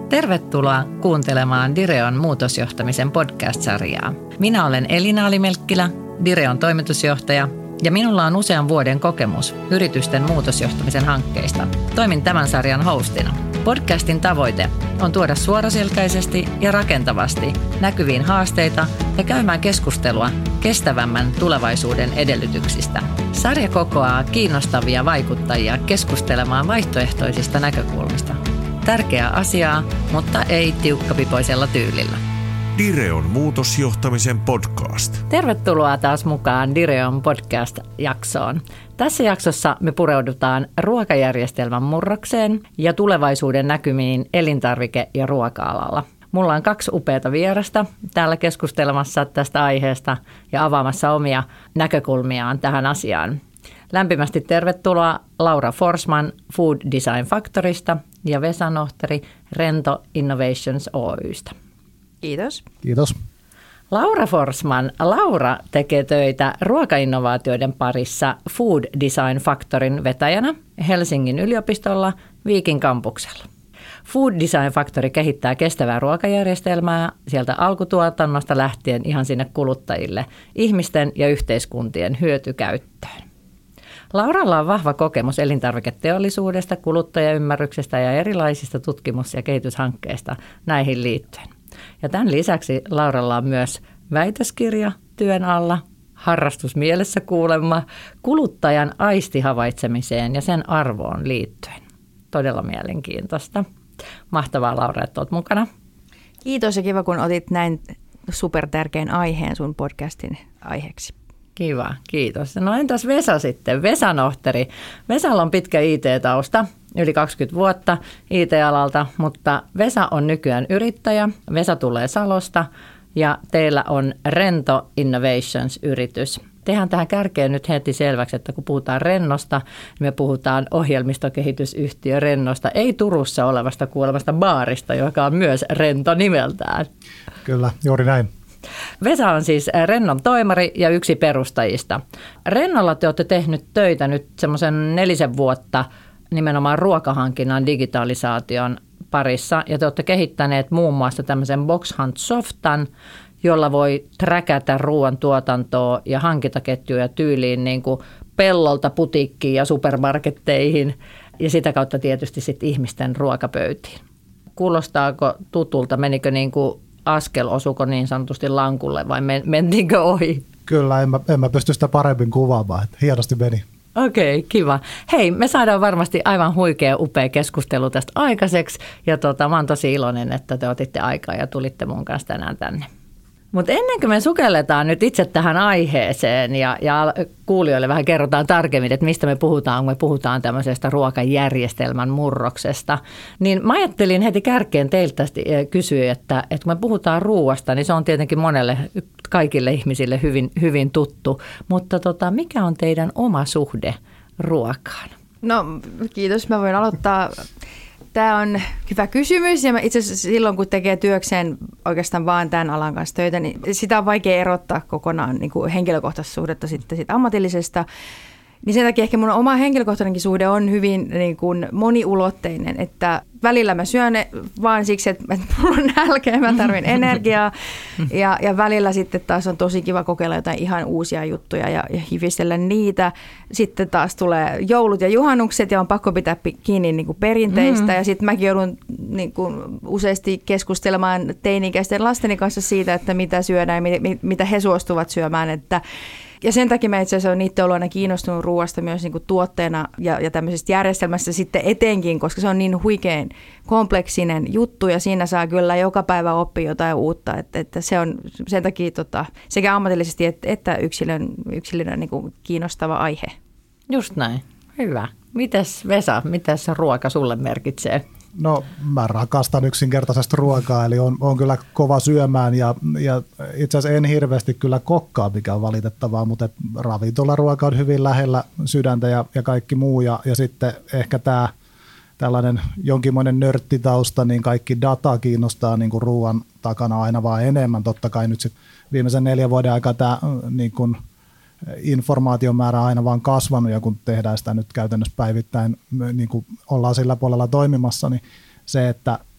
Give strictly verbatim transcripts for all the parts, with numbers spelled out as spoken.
Tervetuloa kuuntelemaan Direon muutosjohtamisen podcast-sarjaa. Minä olen Elina Alimelkkilä, Direon toimitusjohtaja, ja minulla on usean vuoden kokemus yritysten muutosjohtamisen hankkeista. Toimin tämän sarjan hostina. Podcastin tavoite on tuoda suoraselkäisesti ja rakentavasti näkyviin haasteita ja käymään keskustelua kestävämmän tulevaisuuden edellytyksistä. Sarja kokoaa kiinnostavia vaikuttajia keskustelemaan vaihtoehtoisista näkökulmista. Tärkeää asiaa, mutta ei tiukkapipoisella tyylillä. Direon muutosjohtamisen podcast. Tervetuloa taas mukaan Direon podcast-jaksoon. Tässä jaksossa me pureudutaan ruokajärjestelmän murrokseen ja tulevaisuuden näkymiin elintarvike- ja ruoka-alalla. Mulla on kaksi upeata vierasta täällä keskustelemassa tästä aiheesta ja avaamassa omia näkökulmiaan tähän asiaan. Lämpimästi tervetuloa Laura Forsman Food Design Factorysta ja Vesa Nohteri Rento Innovations Oy:stä. Kiitos. Kiitos. Laura Forsman. Laura tekee töitä ruokainnovaatioiden parissa Food Design Factoryn vetäjänä Helsingin yliopistolla Viikin kampuksella. Food Design Factory kehittää kestävää ruokajärjestelmää sieltä alkutuotannosta lähtien ihan sinne kuluttajille, ihmisten ja yhteiskuntien hyötykäyttöön. Lauralla on vahva kokemus elintarviketeollisuudesta, kuluttajaymmärryksestä ja erilaisista tutkimus- ja kehityshankkeista näihin liittyen. Ja tämän lisäksi Lauralla on myös väitöskirja työn alla, harrastus mielessä kuulemma, kuluttajan aistihavaitsemiseen ja sen arvoon liittyen. Todella mielenkiintoista. Mahtavaa, Laura, että olet mukana. Kiitos ja kiva, kun otit näin supertärkeän aiheen sun podcastin aiheeksi. Kiva, kiitos. No entäs Vesa sitten? Vesa Nohteri. Vesalla on pitkä I T-tausta, yli kaksikymmentä vuotta I T-alalta, mutta Vesa on nykyään yrittäjä. Vesa tulee Salosta ja teillä on Rento Innovations-yritys. Tehdään tähän kärkeen nyt heti selväksi, että kun puhutaan Rennosta, niin me puhutaan ohjelmistokehitysyhtiö Rennosta, ei Turussa olevasta kuolemasta baarista, joka on myös Rento nimeltään. Kyllä, juuri näin. Vesa on siis Rennon toimari ja yksi perustajista. Rennolla te olette tehnyt töitä nyt semmoisen nelisen vuotta nimenomaan ruokahankinnan digitalisaation parissa. Ja te olette kehittäneet muun muassa tämmöisen Box Hunt-softan, jolla voi träkätä ruoan tuotantoa ja hankintaketjuja tyyliin niin kuin pellolta putiikkiin ja supermarketteihin ja sitä kautta tietysti sitten ihmisten ruokapöytiin. Kuulostaako tutulta? Menikö niin kuin askel, osuko niin sanotusti lankulle vai mentiinkö ohi? Kyllä, en mä, en mä pysty sitä paremmin kuvaamaan, että hienosti meni. Okei, kiva. Hei, me saadaan varmasti aivan huikea, upea keskustelu tästä aikaiseksi ja tota, mä oon tosi iloinen, että te otitte aikaa ja tulitte mun kanssa tänään tänne. Mutta ennen kuin me sukelletaan nyt itse tähän aiheeseen ja, ja kuulijoille vähän kerrotaan tarkemmin, että mistä me puhutaan, kun me puhutaan tämmöisestä ruokajärjestelmän murroksesta, niin mä ajattelin heti kärkeen teiltä kysyä, että, että kun me puhutaan ruoasta, niin se on tietenkin monelle, kaikille ihmisille hyvin, hyvin tuttu, mutta tota, mikä on teidän oma suhde ruokaan? No kiitos, mä voin aloittaa. Tämä on hyvä kysymys ja itse asiassa silloin, kun tekee työkseen oikeastaan vaan tämän alan kanssa töitä, niin sitä on vaikea erottaa kokonaan niin kuin henkilökohtaisesta suhdetta sitten siitä ammatillisesta. Niin sen takia ehkä mun oma henkilökohtainenkin suhde on hyvin niin kuin moniulotteinen, että välillä mä syön vaan siksi, että mulla on nälkä ja mä tarvin energiaa ja, ja välillä sitten taas on tosi kiva kokeilla jotain ihan uusia juttuja ja, ja hivistellä niitä. Sitten taas tulee joulut ja juhannukset ja on pakko pitää kiinni niin kuin perinteistä mm-hmm. ja sitten mäkin joudun niin kuin useasti keskustelemaan teini-ikäisten lasteni kanssa siitä, että mitä syödään ja mitä he suostuvat syömään, että ja sen takia mä itse asiassa olen itse ollut aina kiinnostunut ruoasta myös niin kuin tuotteena ja, ja tämmöisestä järjestelmästä sitten etenkin, koska se on niin huikein kompleksinen juttu ja siinä saa kyllä joka päivä oppia jotain uutta. Että, että se on sen takia tota, sekä ammatillisesti että, että yksilön, yksilönä niin kuin kiinnostava aihe. Just näin. Hyvä. Mites Vesa, mitäs ruoka sulle merkitsee? No mä rakastan yksinkertaisesti ruokaa, eli on, on kyllä kova syömään ja, ja itse asiassa en hirveästi kyllä kokkaa, mikä on valitettavaa, mutta ravintolaruoka on hyvin lähellä sydäntä ja, ja kaikki muu ja, ja sitten ehkä tämä tällainen jonkinmoinen nörttitausta, niin kaikki data kiinnostaa niin kuin ruoan takana aina vaan enemmän. Totta kai nyt sit viimeisen neljän vuoden aikaa tämä niin kuin informaation määrä aina vaan kasvanut ja kun tehdään sitä nyt käytännössä päivittäin, niin kuin ollaan sillä puolella toimimassa, niin se, että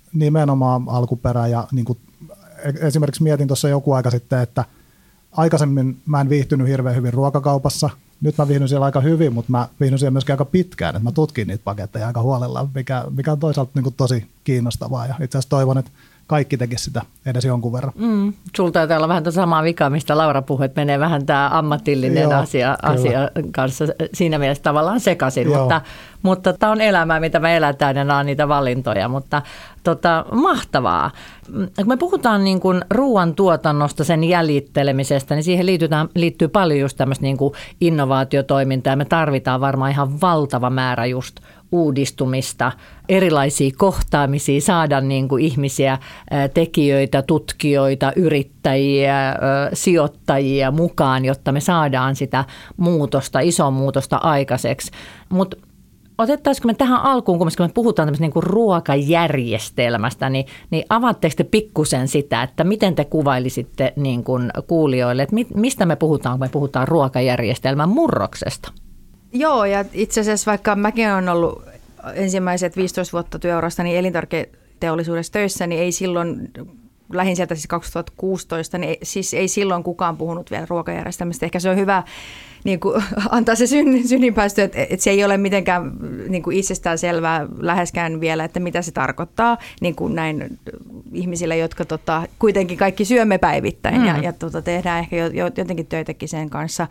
nimenomaan alkuperä ja niin kuin, esimerkiksi mietin tuossa joku aika sitten, että aikaisemmin mä en viihtynyt hirveän hyvin ruokakaupassa. Nyt mä viihdyn siellä aika hyvin, mutta mä viihdyn siellä myöskin aika pitkään, että mä tutkin niitä paketteja aika huolella, mikä, mikä on toisaalta niin kuin tosi kiinnostavaa. Ja itse asiassa toivon, että kaikki tekisivät sitä edes jonkun verran. Mm. Sulta taitaa olla vähän samaa vikaa, mistä Laura puhui, että menee vähän tämä ammatillinen Joo, asia, asia kanssa siinä mielessä tavallaan sekaisin, mutta, mutta tämä on elämää, mitä me elätään ja nämä on niitä valintoja, mutta tota, mahtavaa. Kun me puhutaan niin kuin ruoantuotannosta, sen jäljittelemisestä, niin siihen liittyy, liittyy paljon just tämmöistä niin kuin innovaatiotoimintaa. Me tarvitaan varmaan ihan valtava määrä just uudistumista, erilaisia kohtaamisia, saada niin kuin ihmisiä, tekijöitä, tutkijoita, yrittäjiä, sijoittajia mukaan, jotta me saadaan sitä muutosta, isoa muutosta aikaiseksi. Mutta otettaisiko me tähän alkuun, kun me puhutaan tämmöistä niin kuin ruokajärjestelmästä, niin, niin avaatteko te pikkusen sitä, että miten te kuvailisitte niin kuin kuulijoille, että mistä me puhutaan, kun me puhutaan ruokajärjestelmän murroksesta? Joo, ja itse asiassa vaikka mäkin olen ollut ensimmäiset viisitoista vuotta työurasta niin elintarviketeollisuudessa töissä, niin ei silloin, lähin sieltä siis kaksituhattakuusitoista, niin ei, siis ei silloin kukaan puhunut vielä ruokajärjestelmästä. Ehkä se on hyvä niin kuin, antaa se syn, synninpäästö, että, että se ei ole mitenkään niin kuin itsestään selvää läheskään vielä, että mitä se tarkoittaa niin kuin näin ihmisille, jotka tota, kuitenkin kaikki syömme päivittäin mm. ja, ja tota, tehdään ehkä jotenkin töitäkin sen kanssa.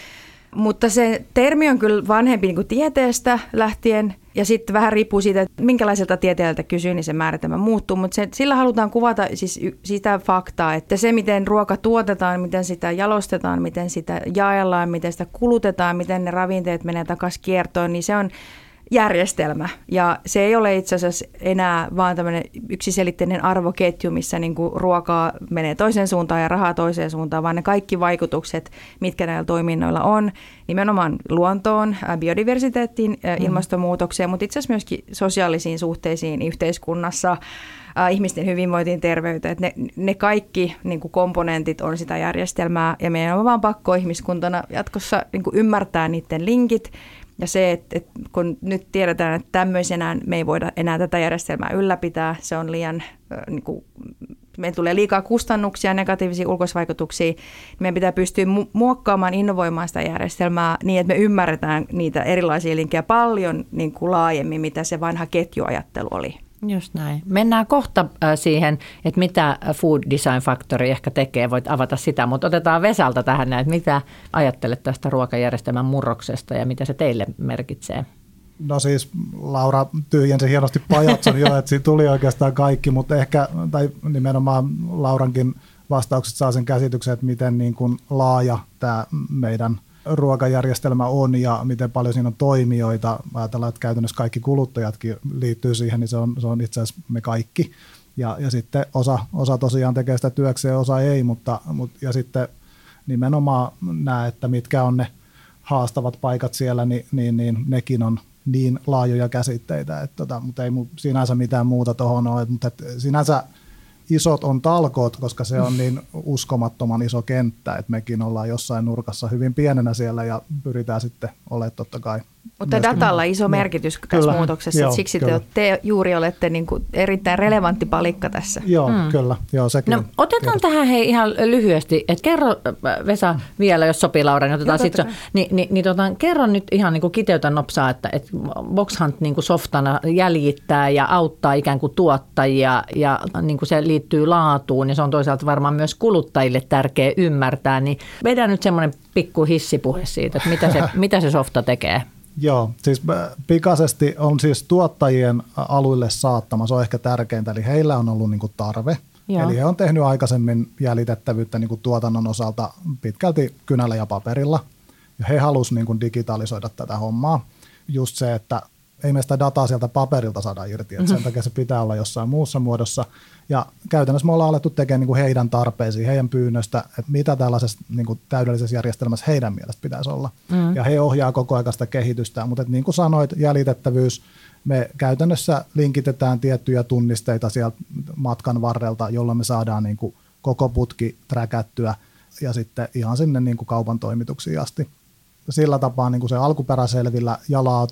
Mutta se termi on kyllä vanhempi niin kuin tieteestä lähtien ja sitten vähän riippuu siitä, että minkälaiselta tieteeltä kysyy, niin se määritelmä muuttuu. Mutta se, sillä halutaan kuvata siis sitä faktaa, että se miten ruoka tuotetaan, miten sitä jalostetaan, miten sitä jaellaan, miten sitä kulutetaan, miten ne ravinteet menee takaisin kiertoon, niin se on järjestelmä. Ja se ei ole itse asiassa enää vaan tämmöinen yksiselitteinen arvoketju, missä niin kuin ruokaa menee toiseen suuntaan ja rahaa toiseen suuntaan, vaan ne kaikki vaikutukset, mitkä näillä toiminnoilla on, nimenomaan luontoon, biodiversiteettiin, ilmastonmuutokseen, mutta itse asiassa myöskin sosiaalisiin suhteisiin yhteiskunnassa, ihmisten hyvinvointiin, terveyteen. Ne, ne kaikki niin kuin komponentit on sitä järjestelmää ja meidän on vaan pakko ihmiskuntana jatkossa niin kuin ymmärtää niiden linkit. Ja se, että, että kun nyt tiedetään, että tämmöisenään me ei voida enää tätä järjestelmää ylläpitää, se on liian, niin kuin, meillä tulee liikaa kustannuksia, negatiivisia ulkoisvaikutuksia, niin meidän pitää pystyä mu- muokkaamaan, innovoimaan sitä järjestelmää niin, että me ymmärretään niitä erilaisia linkkejä paljon niin kuin laajemmin, mitä se vanha ketjuajattelu oli. Just näin. Mennään kohta siihen, että mitä Food Design Factory ehkä tekee. Voit avata sitä, mutta otetaan Vesalta tähän, että mitä ajattelet tästä ruokajärjestelmän murroksesta ja mitä se teille merkitsee? No siis Laura tyhjensi hienosti pajatson jo, että siinä tuli oikeastaan kaikki, mutta ehkä, tai nimenomaan Laurankin vastaukset saa sen käsityksen, että miten niin kuin laaja tämä meidän ruokajärjestelmä on ja miten paljon siinä on toimijoita. Ajatellaan, että käytännössä kaikki kuluttajatkin liittyy siihen, niin se on, se on itse asiassa me kaikki. Ja, ja sitten osa, osa tosiaan tekee sitä työkseen, osa ei, mutta, mutta ja sitten nimenomaan nämä, että mitkä on ne haastavat paikat siellä, niin, niin, niin nekin on niin laajoja käsitteitä, että tota, mutta ei sinänsä mitään muuta tuohon ole, mutta sinänsä isot on talkoot, koska se on niin uskomattoman iso kenttä, että mekin ollaan jossain nurkassa hyvin pienenä siellä ja pyritään sitten olemaan totta kai. Mutta datalla iso merkitys niin, tässä kyllä, muutoksessa, joo, siksi te, te juuri olette niin kuin erittäin relevantti palikka tässä. Joo, mm. kyllä. Joo, sekin no, otetaan tietysti tähän hei ihan lyhyesti, että kerro Vesa vielä, jos sopii Laura, niin otetaan sitten, niin, niin, niin tota, kerro nyt ihan niin kuin kiteytä nopsaa, että, että Boxhunt niin kuin softana jäljittää ja auttaa ikään kuin tuottajia ja niin kuin se liittyy laatuun ja se on toisaalta varmaan myös kuluttajille tärkeä ymmärtää, niin vedän nyt semmoinen pikku hissipuhe siitä, että mitä se, mitä se softa tekee. Joo, siis pikaisesti on siis tuottajien aluille saattama, se on ehkä tärkeintä, eli heillä on ollut niin kuin tarve. Joo. Eli he on tehnyt aikaisemmin jäljitettävyyttä niin kuin tuotannon osalta pitkälti kynällä ja paperilla, ja he halusivat niin kuin digitalisoida tätä hommaa. Just se, että ei me sitä dataa sieltä paperilta saada irti, että sen takia se pitää olla jossain muussa muodossa. Ja käytännössä me ollaan alettu tekemään niin kuin heidän tarpeisiin, heidän pyynnöstä, että mitä tällaisessa niin kuin täydellisessä järjestelmässä heidän mielestä pitäisi olla. Mm. Ja he ohjaa koko ajan sitä kehitystä, mutta niin kuin sanoit, jäljitettävyys, me käytännössä linkitetään tiettyjä tunnisteita sieltä matkan varrelta, jolloin me saadaan niin kuin koko putki träkättyä ja sitten ihan sinne niin kuin kaupan toimituksiin asti. Sillä tapaa niin kuin se alkuperä selvillä ja laatu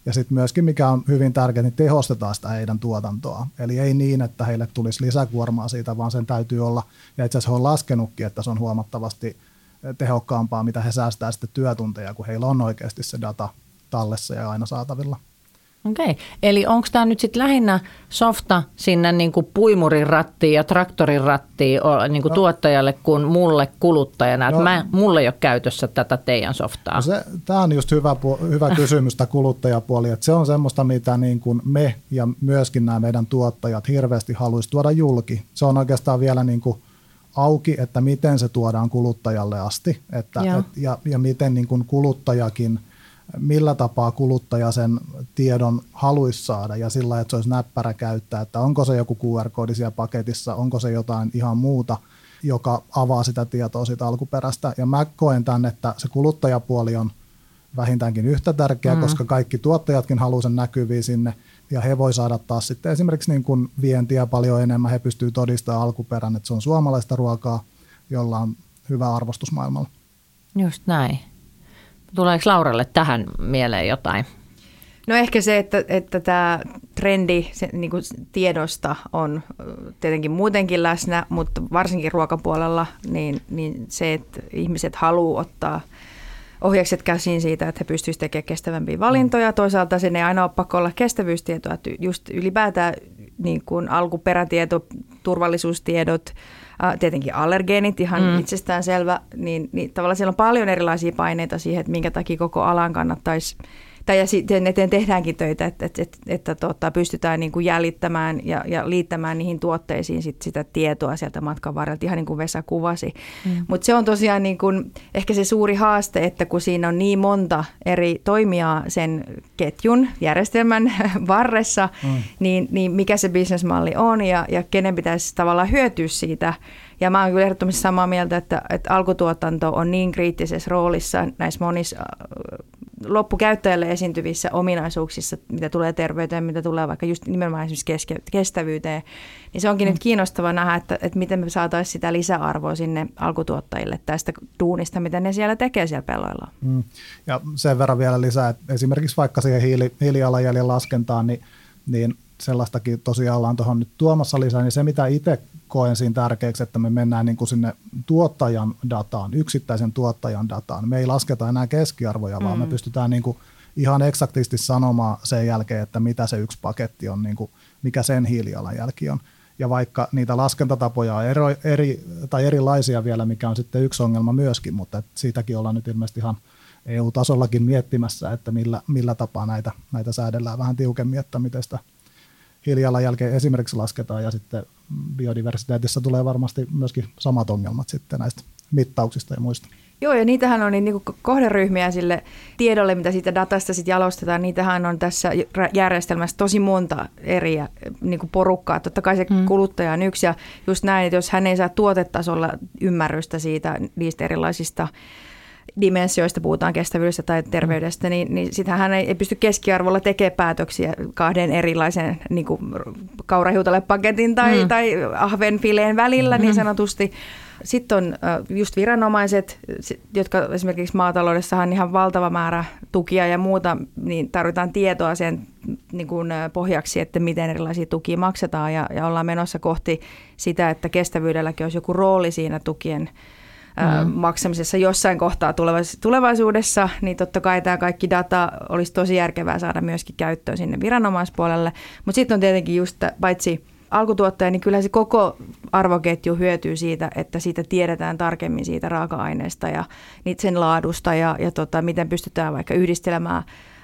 Ja sitten myöskin, mikä on hyvin tärkeää, niin tehostetaan sitä heidän tuotantoa. Eli ei niin, että heille tulisi lisäkuormaa siitä, vaan sen täytyy olla, ja itse asiassa he on laskenutkin, että se on huomattavasti tehokkaampaa, mitä he säästää sitten työtunteja, kun heillä on oikeasti se data tallessa ja aina saatavilla. Okei, eli onko tämä nyt sitten lähinnä softa sinne niinku puimurin rattiin ja traktorin rattiin niinku no. tuottajalle kuin mulle kuluttajana, että no. mä, mulle ei ole käytössä tätä teidän softaa? No tämä on just hyvä, hyvä kysymys tämä kuluttajapuoli, että se on semmoista, mitä niin kuin me ja myöskin nämä meidän tuottajat hirveästi haluaisi tuoda julki. Se on oikeastaan vielä niin kuin auki, että miten se tuodaan kuluttajalle asti että, et, ja, ja miten niin kuin kuluttajakin millä tapaa kuluttaja sen tiedon haluaisi saada ja sillä, että se olisi näppärä käyttää, että onko se joku Q R-koodi siellä paketissa, onko se jotain ihan muuta, joka avaa sitä tietoa siitä alkuperästä. Ja mä koen tämän, että se kuluttajapuoli on vähintäänkin yhtä tärkeä, mm. koska kaikki tuottajatkin haluaa sen näkyviin sinne ja he voi saada taas sitten esimerkiksi niin kuin vientiä paljon enemmän, he pystyy todistamaan alkuperän, että se on suomalaista ruokaa, jolla on hyvä arvostus maailmalla. Just näin. Tuleeko Lauralle tähän mieleen jotain? No ehkä se, että, että tämä trendi se, niin kuin tiedosta on tietenkin muutenkin läsnä, mutta varsinkin ruokapuolella niin, niin se, että ihmiset haluaa ottaa ohjakset käsiin siitä, että he pystyisivät tekemään kestävämpiä valintoja. Toisaalta sen ei aina ole pakko olla kestävyystietoa, että just ylipäätään niin kuin alkuperätieto, turvallisuustiedot, tietenkin allergeenit, ihan mm. itsestään selvä, niin, niin tavallaan siellä on paljon erilaisia paineita siihen, että minkä takia koko alan kannattaisi, tai ja sen eteen tehdäänkin töitä, että, että, että, että tota, pystytään niin kuin jäljittämään ja, ja liittämään niihin tuotteisiin sit sitä tietoa sieltä matkan varrelta, ihan niin kuin Vesa kuvasi. Mm. Mutta se on tosiaan niin kuin, ehkä se suuri haaste, että kun siinä on niin monta eri toimijaa sen ketjun, järjestelmän varressa, mm. niin, niin mikä se bisnesmalli on ja, ja kenen pitäisi tavallaan hyötyä siitä. Ja mä oon kyllä ehdottomasti samaa mieltä, että, että alkutuotanto on niin kriittisessä roolissa näissä monissa loppukäyttäjälle esiintyvissä ominaisuuksissa, mitä tulee terveyteen, mitä tulee vaikka just nimenomaan esimerkiksi kestävyyteen, niin se onkin mm. nyt kiinnostava nähdä, että, että miten me saataisiin sitä lisäarvoa sinne alkutuottajille tästä duunista, mitä ne siellä tekee siellä pelloilla. Mm. Ja sen verran vielä lisää, että esimerkiksi vaikka siihen hiili, hiilijalanjäljen laskentaan, niin, niin sellaistakin tosiaan ollaan tuohon nyt tuomassa lisää, niin se mitä itse koen siinä tärkeäksi, että me mennään niin kuin sinne tuottajan dataan, yksittäisen tuottajan dataan. Me ei lasketa enää keskiarvoja, vaan mm. me pystytään niin kuin ihan eksaktisti sanomaan sen jälkeen, että mitä se yksi paketti on, niin kuin mikä sen hiilijalanjälki on. Ja vaikka niitä laskentatapoja on eri, eri, tai erilaisia vielä, mikä on sitten yksi ongelma myöskin, mutta siitäkin ollaan nyt ilmeisesti ihan E U-tasollakin miettimässä, että millä, millä tapaa näitä, näitä säädellään vähän tiukemmin, että miten sitä hiilijalanjälkeen esimerkiksi lasketaan ja sitten biodiversiteetissä tulee varmasti myöskin samat ongelmat sitten näistä mittauksista ja muista. Joo, ja niitähän on niin kuin kohderyhmiä sille tiedolle, mitä siitä datasta sitten jalostetaan. Niitähän on tässä järjestelmässä tosi monta eri niin kuin porukkaa. Totta kai se mm. kuluttaja on yksi ja just näin, että jos hän ei saa tuotetasolla ymmärrystä siitä niistä erilaisista dimensioista, puhutaan kestävyydestä tai terveydestä, niin, niin sitähän hän ei, ei pysty keskiarvolla tekemään päätöksiä kahden erilaisen niin kuin kaurahiutalepaketin tai, mm. tai ahvenfileen välillä niin sanotusti. Sitten on just viranomaiset, jotka esimerkiksi maataloudessahan ihan valtava määrä tukia ja muuta, niin tarvitaan tietoa sen niin kuin pohjaksi, että miten erilaisia tukia maksetaan ja, ja ollaan menossa kohti sitä, että kestävyydelläkin olisi joku rooli siinä tukien Mm. maksamisessa jossain kohtaa tulevaisuudessa, niin totta kai tämä kaikki data olisi tosi järkevää saada myöskin käyttöön sinne viranomaispuolelle. Mutta sitten on tietenkin just paitsi alkutuottaja, niin kyllä se koko arvoketju hyötyy siitä, että siitä tiedetään tarkemmin siitä raaka-aineesta ja sen laadusta ja, ja tota, miten pystytään vaikka yhdistelemään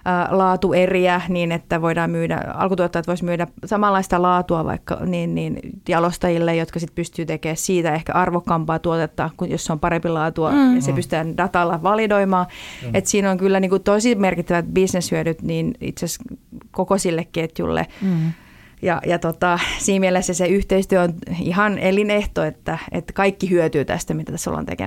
laatueriä niin, että voidaan myydä, alkutuottajat voisivat myydä samanlaista laatua vaikka niin, niin jalostajille, jotka sitten pystyy tekemään siitä ehkä arvokkaampaa tuotetta, kun jos se on parempi laatua mm. ja se pystytään datalla validoimaan. Mm. Et siinä on kyllä niin kuin tosi merkittävät bisneshyödyt niin itse asiassa koko sille ketjulle. Mm. Ja, ja tota, siinä mielessä se yhteistyö on ihan elinehto, että, että kaikki hyötyy tästä, mitä tässä ollaan tekemässä.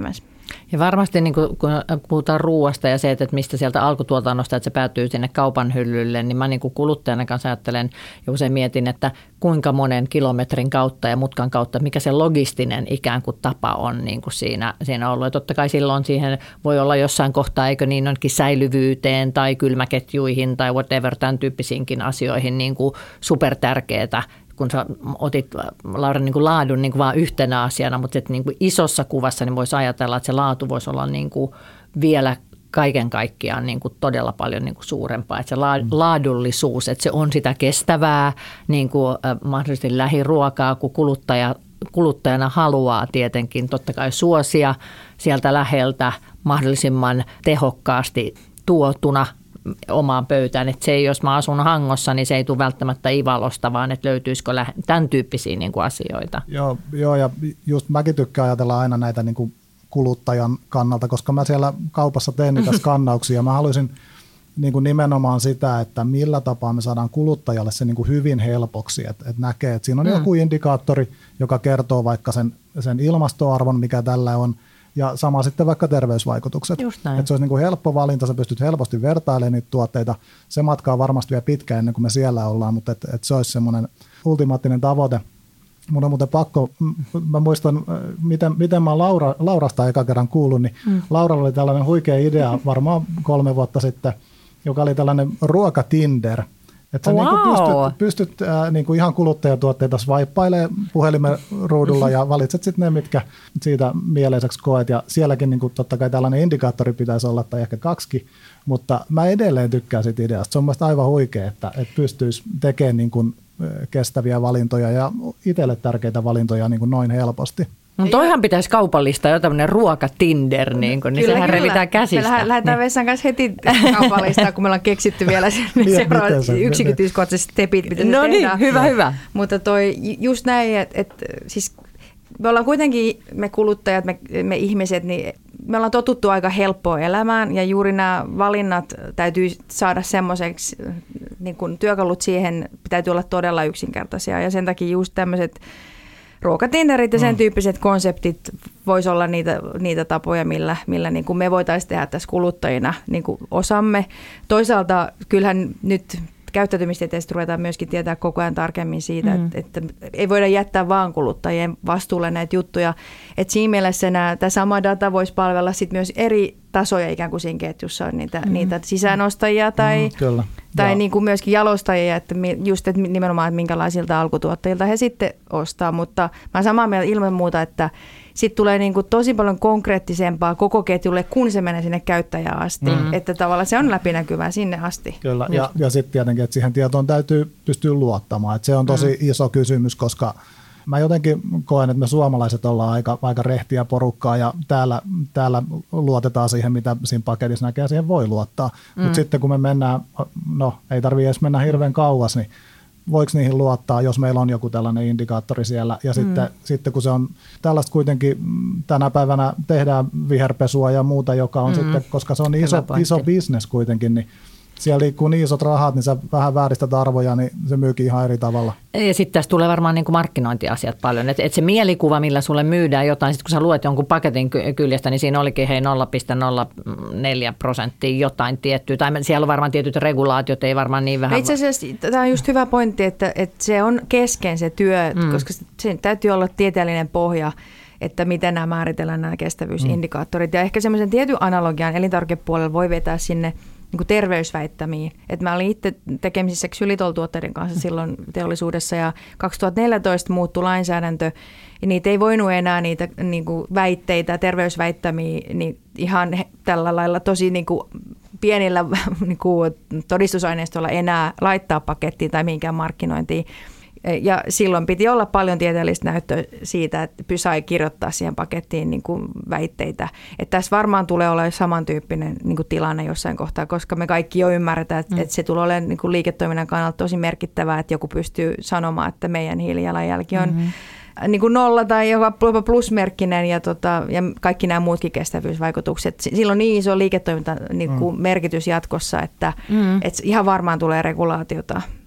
Ja varmasti niin kun puhutaan ruoasta ja se, että mistä sieltä alkutuotannosta, että se päätyy sinne kaupan hyllylle, niin mä niin kuin kuluttajana kanssa ajattelen ja usein mietin, että kuinka monen kilometrin kautta ja mutkan kautta, mikä se logistinen ikään kuin tapa on niin kuin siinä, siinä ollut. Ja totta kai silloin siihen voi olla jossain kohtaa, eikö niin onkin säilyvyyteen tai kylmäketjuihin tai whatever, tämän tyyppisiinkin asioihin niin kuin supertärkeää. Kun sä otit, Laura, niin kuin laadun niin kuin vaan yhtenä asiana, mutta että niin kuin isossa kuvassa niin voisi ajatella, että se laatu voisi olla niin kuin vielä kaiken kaikkiaan niin kuin todella paljon niin kuin suurempaa. Että se laadullisuus, että se on sitä kestävää, niin kuin mahdollisesti lähiruokaa, kun kuluttaja, kuluttajana haluaa tietenkin totta kai suosia sieltä läheltä mahdollisimman tehokkaasti tuotuna omaan pöytään, että se ei, jos mä asun Hangossa, niin se ei tule välttämättä Ivalosta, vaan että löytyisikö tämän tyyppisiä niin kuin asioita. Joo, joo, ja just mäkin tykkään ajatella aina näitä niin kuin kuluttajan kannalta, koska mä siellä kaupassa teen niitä skannauksia. Mä haluaisin niin kuin nimenomaan sitä, että millä tapaa me saadaan kuluttajalle se niin kuin hyvin helpoksi, että, että näkee, että siinä on mm. joku indikaattori, joka kertoo vaikka sen, sen ilmastoarvon, mikä tällä on, ja sama sitten vaikka terveysvaikutukset. Että se olisi niin kuin helppo valinta, sä pystyt helposti vertailemaan niitä tuotteita. Se matka on varmasti vielä pitkä ennen kuin me siellä ollaan, mutta et, et se olisi semmoinen ultimaattinen tavoite. Mun on muuten pakko, mä muistan, miten, miten mä oon Laura, Laurasta eka kerran kuullut, niin mm. Lauralla oli tällainen huikea idea varmaan kolme vuotta sitten, joka oli tällainen ruokatinder. Että sä wow. niin pystyt, pystyt äh, niin kuin ihan kuluttajatuotteita swipailemaan puhelimen ruudulla ja valitset sitten ne, mitkä siitä mieleiseksi koet. Ja sielläkin niin kuin totta kai tällainen indikaattori pitäisi olla tai ehkä kaksikin, mutta mä edelleen tykkään siitä ideasta. Se on mielestäni aivan huikea, että, että pystyisi tekemään niin kuin kestäviä valintoja ja itselle tärkeitä valintoja niin kuin noin helposti. No toihan pitäisi kaupallistaa jo tämmöinen ruokatinder, niin, kun, niin kyllä, sehän kyllä. revitään käsistä. Me lähdetään niin. Vessan kanssa heti kaupallistaa, kun me ollaan keksitty vielä seuraavat yksityiskohtaiset stepit, mitä no se niin, tehdään. hyvä, hyvä. Mutta toi just näin, että et, siis me ollaan kuitenkin, me kuluttajat, me, me ihmiset, niin me ollaan totuttu aika helppoa elämään ja juuri nämä valinnat täytyy saada semmoiseksi, niin kun työkalut siihen täytyy olla todella yksinkertaisia ja sen takia just tämmöiset ruokatinderit ja sen tyyppiset konseptit voisi olla niitä, niitä tapoja, millä, millä niin kuin me voitaisiin tehdä tässä kuluttajina niin kuin osamme. Toisaalta kyllähän nyt käyttäytymistieteestä ruvetaan myöskin tietää koko ajan tarkemmin siitä, mm. että, että ei voida jättää vaan kuluttajien vastuulle näitä juttuja. Että siinä mielessä nämä, tämä sama data voisi palvella sit myös eri tasoja ikään kuin siinä ketjussa, on niitä, mm. niitä sisäänostajia tai, mm, tai niin kuin myöskin jalostajia, että just että nimenomaan, että minkälaisilta alkutuottajilta he sitten ostaa. Mutta mä olen samaa mieltä ilman muuta, että sitten tulee niin kuin tosi paljon konkreettisempaa koko ketjulle, kun se menee sinne käyttäjään asti. Mm. Että tavallaan se on läpinäkyvää sinne asti. Kyllä, ja, ja sitten tietenkin, että siihen tietoon täytyy pystyä luottamaan. Että se on tosi mm. iso kysymys, koska mä jotenkin koen, että me suomalaiset ollaan aika, aika rehtiä porukkaa ja täällä, täällä luotetaan siihen, mitä siinä paketissa näkee, siihen voi luottaa. Mm. Mutta sitten kun me mennään, no ei tarvitse edes mennä hirveän kauas, niin voiko niihin luottaa, jos meillä on joku tällainen indikaattori siellä. Ja mm. sitten, sitten kun se on tällaista kuitenkin, tänä päivänä tehdään viherpesua ja muuta, joka on mm. sitten, koska se on niin iso, iso business kuitenkin, niin siellä liikkuu niin isot rahat, niin sä vähän vääristät arvoja, niin se myykin ihan eri tavalla. Ja sitten tässä tulee varmaan niin kuin markkinointiasiat paljon. Että et se mielikuva, millä sulle myydään jotain, sitten kun sä luet jonkun paketin kyljestä, niin siinä olikin hei nolla pilkku nolla neljä prosenttia jotain tiettyä. Tai siellä on varmaan tietyt regulaatiot, ei varmaan niin vähän. Itse asiassa tämä on just hyvä pointti, että, että se on kesken se työ, mm. koska sen täytyy olla tieteellinen pohja, että miten nämä määritellään nämä kestävyysindikaattorit. Mm. Ja ehkä semmoisen tietyn analogian elintarvikepuolella voi vetää sinne niin kuin terveysväittämiin. Et mä olin itse tekemisissä ksylitol-tuotteiden kanssa silloin teollisuudessa ja kaksituhattaneljätoista muuttui lainsäädäntö ja niitä ei voinut enää niitä niin kuin väitteitä, terveysväittämiä niin ihan tällä lailla tosi niin kuin pienillä niin kuin todistusaineistoilla enää laittaa pakettiin tai mihinkään markkinointiin. Ja silloin piti olla paljon tieteellistä näyttöä siitä, että sai kirjoittaa siihen pakettiin niin kuin väitteitä. Että tässä varmaan tulee olemaan samantyyppinen niin kuin tilanne jossain kohtaa, koska me kaikki jo ymmärretään, että, mm. että se tulee olemaan niin kuin liiketoiminnan kannalta tosi merkittävää, että joku pystyy sanomaan, että meidän hiilijalanjälki on mm-hmm. niin kuin nolla tai jopa plusmerkkinen ja, tota, ja kaikki nämä muutkin kestävyysvaikutukset. Sillä on niin iso liiketoiminta niin kuin mm. merkitys jatkossa, että, mm. että ihan varmaan tulee regulaatiota.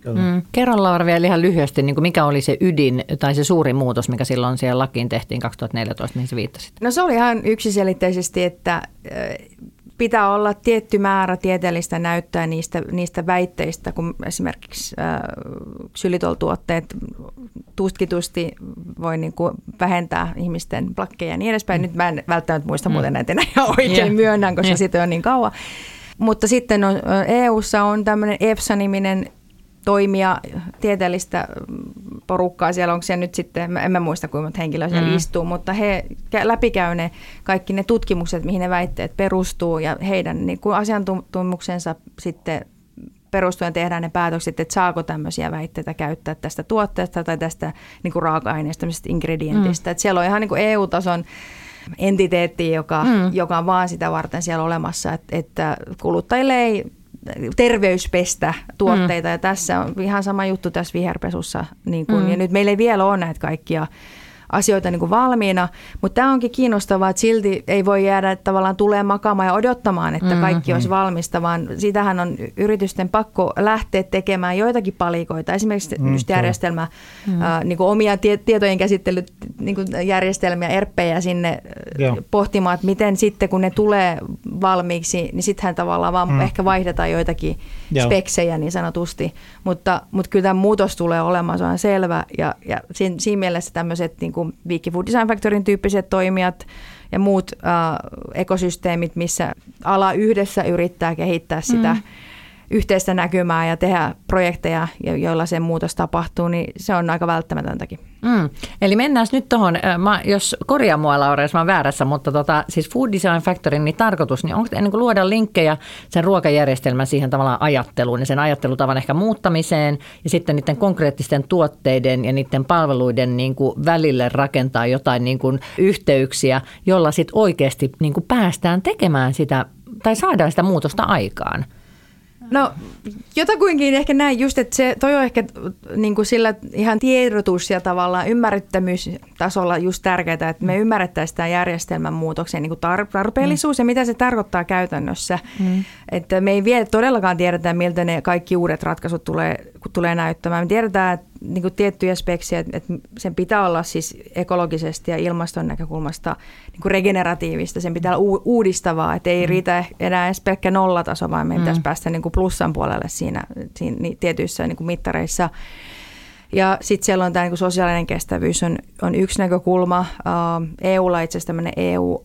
Mm. Kerro Laura vielä ihan lyhyesti, niin kuin mikä oli se ydin tai se suuri muutos, mikä silloin siellä lakiin tehtiin kaksituhattaneljätoista, mihin sä viittasit? No se oli ihan yksiselitteisesti, että pitää olla tietty määrä tieteellistä näyttöä niistä, niistä väitteistä, kun esimerkiksi äh, ksylitol-tuotteet tutkitusti voi niin kuin vähentää ihmisten plakkeja ja niin edespäin. Nyt mä en välttämättä muista mm. muuten näitä enää ihan oikein yeah. myönnän, koska yeah. siitä on niin kauan. Mutta sitten on, E U:ssa on tämmöinen E F S A-niminen toimija, tieteellistä porukkaa siellä, onko siellä nyt sitten, en mä muista kuinka monta henkilöä siellä mm. istuu, mutta he läpikäy ne kaikki ne tutkimukset, mihin ne väitteet perustuu ja heidän niin kuin asiantuntemuksensa sitten perustuen tehdään ne päätökset, että saako tämmöisiä väitteitä käyttää tästä tuotteesta tai tästä niin kuin raaka-aineesta, tämmöisestä ingredientistä. Mm. Että siellä on ihan niin kuin E U-tason entiteetti, joka, mm. joka on vaan sitä varten siellä olemassa, että, että kuluttajille ei terveyspestä tuotteita, mm. ja tässä on ihan sama juttu tässä viherpesussa. Niin kun, mm. Ja nyt meillä ei vielä ole näitä kaikkia asioita niin kuin valmiina, mutta tämä onkin kiinnostavaa, että silti ei voi jäädä tavallaan tulee makaamaan ja odottamaan, että kaikki mm. olisi valmista, vaan sitähän on yritysten pakko lähteä tekemään joitakin palikoita, esimerkiksi mm. just järjestelmä, mm. äh, niin kuin omia tie- tietojen käsittelyt, niin kuin järjestelmiä, erppejä sinne Joo. pohtimaan, että miten sitten kun ne tulee valmiiksi, niin sittenhän tavallaan vaan mm. ehkä vaihdetaan joitakin Joo. speksejä niin sanotusti, mutta, mutta kyllä tämä muutos tulee olemaan, se on selvä, ja, ja siinä, siinä mielessä tämmöiset niin kuin Viikki Food Design Factoryn tyyppiset toimijat ja muut äh, ekosysteemit, missä ala yhdessä yrittää kehittää sitä mm. yhteistä näkymää ja tehdä projekteja, joilla se muutos tapahtuu, niin se on aika välttämätöntäkin. Mm. Eli mennään nyt tuohon, jos korjaa mua Laura, jos mä oon väärässä, mutta tota, siis Food Design Factoryn niin tarkoitus, niin onko niin kuin luoda linkkejä sen ruokajärjestelmän siihen tavallaan ajatteluun ja sen ajattelutavan ehkä muuttamiseen ja sitten niiden konkreettisten tuotteiden ja niiden palveluiden niin kuin välille rakentaa jotain niin kuin yhteyksiä, jolla sitten oikeasti niin kuin päästään tekemään sitä tai saadaan sitä muutosta aikaan? No jotakuinkin ehkä näin just, että se, toi on ehkä niin kuin sillä ihan tiedotus ja tavallaan ymmärrettämyystasolla just tärkeää, että me ymmärrettäisiin tämä järjestelmän muutoksen niin kuin tar- tarpeellisuus mm. ja mitä se tarkoittaa käytännössä. Mm. Että me ei vielä todellakaan tiedetä, miltä ne kaikki uudet ratkaisut tulee, tulee näyttämään. Me tiedetään, että niin kuin tiettyjä speksiä, että sen pitää olla siis ekologisesti ja ilmaston näkökulmasta niin kuin regeneratiivista, sen pitää olla uudistavaa, että ei mm. riitä enää edes pelkkä nollataso, vaan meidän mm. pitäisi päästä niin kuin plussan puolelle siinä, siinä tietyissä niin kuin mittareissa. Ja sitten siellä on tämä niin kuin sosiaalinen kestävyys on, on yksi näkökulma. Uh, E U:lla itse asiassa tämmöinen E U